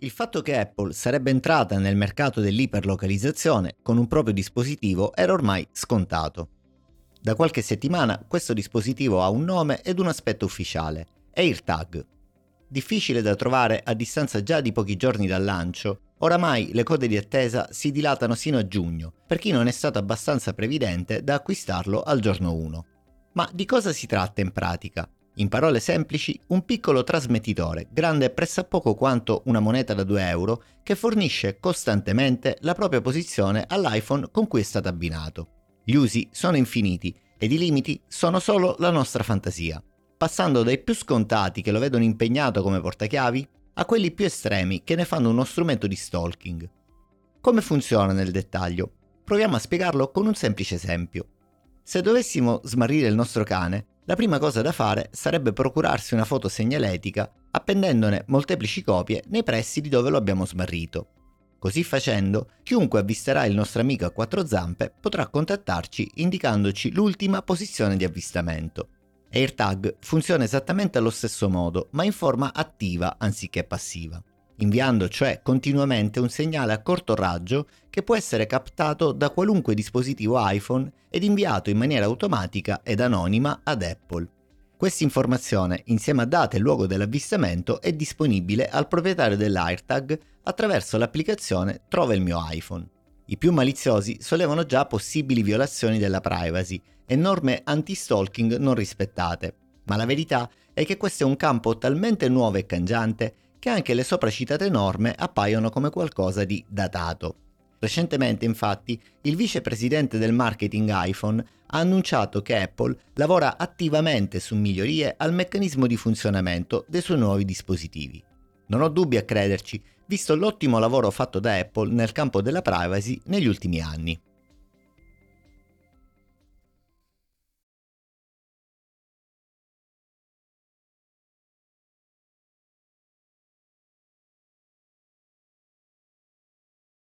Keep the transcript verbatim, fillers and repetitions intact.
Il fatto che Apple sarebbe entrata nel mercato dell'iperlocalizzazione con un proprio dispositivo era ormai scontato. Da qualche settimana questo dispositivo ha un nome ed un aspetto ufficiale: AirTag. Difficile da trovare a distanza già di pochi giorni dal lancio, oramai le code di attesa si dilatano sino a giugno per chi non è stato abbastanza previdente da acquistarlo al giorno uno. Ma di cosa si tratta in pratica? In parole semplici, un piccolo trasmettitore, grande pressappoco quanto una moneta da due euro, che fornisce costantemente la propria posizione all'iPhone con cui è stato abbinato. Gli usi sono infiniti ed i limiti sono solo la nostra fantasia, passando dai più scontati che lo vedono impegnato come portachiavi a quelli più estremi che ne fanno uno strumento di stalking. Come funziona nel dettaglio? Proviamo a spiegarlo con un semplice esempio. Se dovessimo smarrire il nostro cane, la prima cosa da fare sarebbe procurarsi una foto segnaletica appendendone molteplici copie nei pressi di dove lo abbiamo smarrito. Così facendo, chiunque avvisterà il nostro amico a quattro zampe potrà contattarci indicandoci l'ultima posizione di avvistamento. AirTag funziona esattamente allo stesso modo, ma in forma attiva anziché passiva, inviando cioè continuamente un segnale a corto raggio che può essere captato da qualunque dispositivo iPhone ed inviato in maniera automatica ed anonima ad Apple. Questa informazione, insieme a data e luogo dell'avvistamento, è disponibile al proprietario dell'AirTag attraverso l'applicazione Trova il mio iPhone. I più maliziosi sollevano già possibili violazioni della privacy e norme anti-stalking non rispettate, ma la verità è che questo è un campo talmente nuovo e cangiante che anche le sopracitate norme appaiono come qualcosa di datato. Recentemente, infatti, il vicepresidente del marketing iPhone ha annunciato che Apple lavora attivamente su migliorie al meccanismo di funzionamento dei suoi nuovi dispositivi. Non ho dubbi a crederci, visto l'ottimo lavoro fatto da Apple nel campo della privacy negli ultimi anni.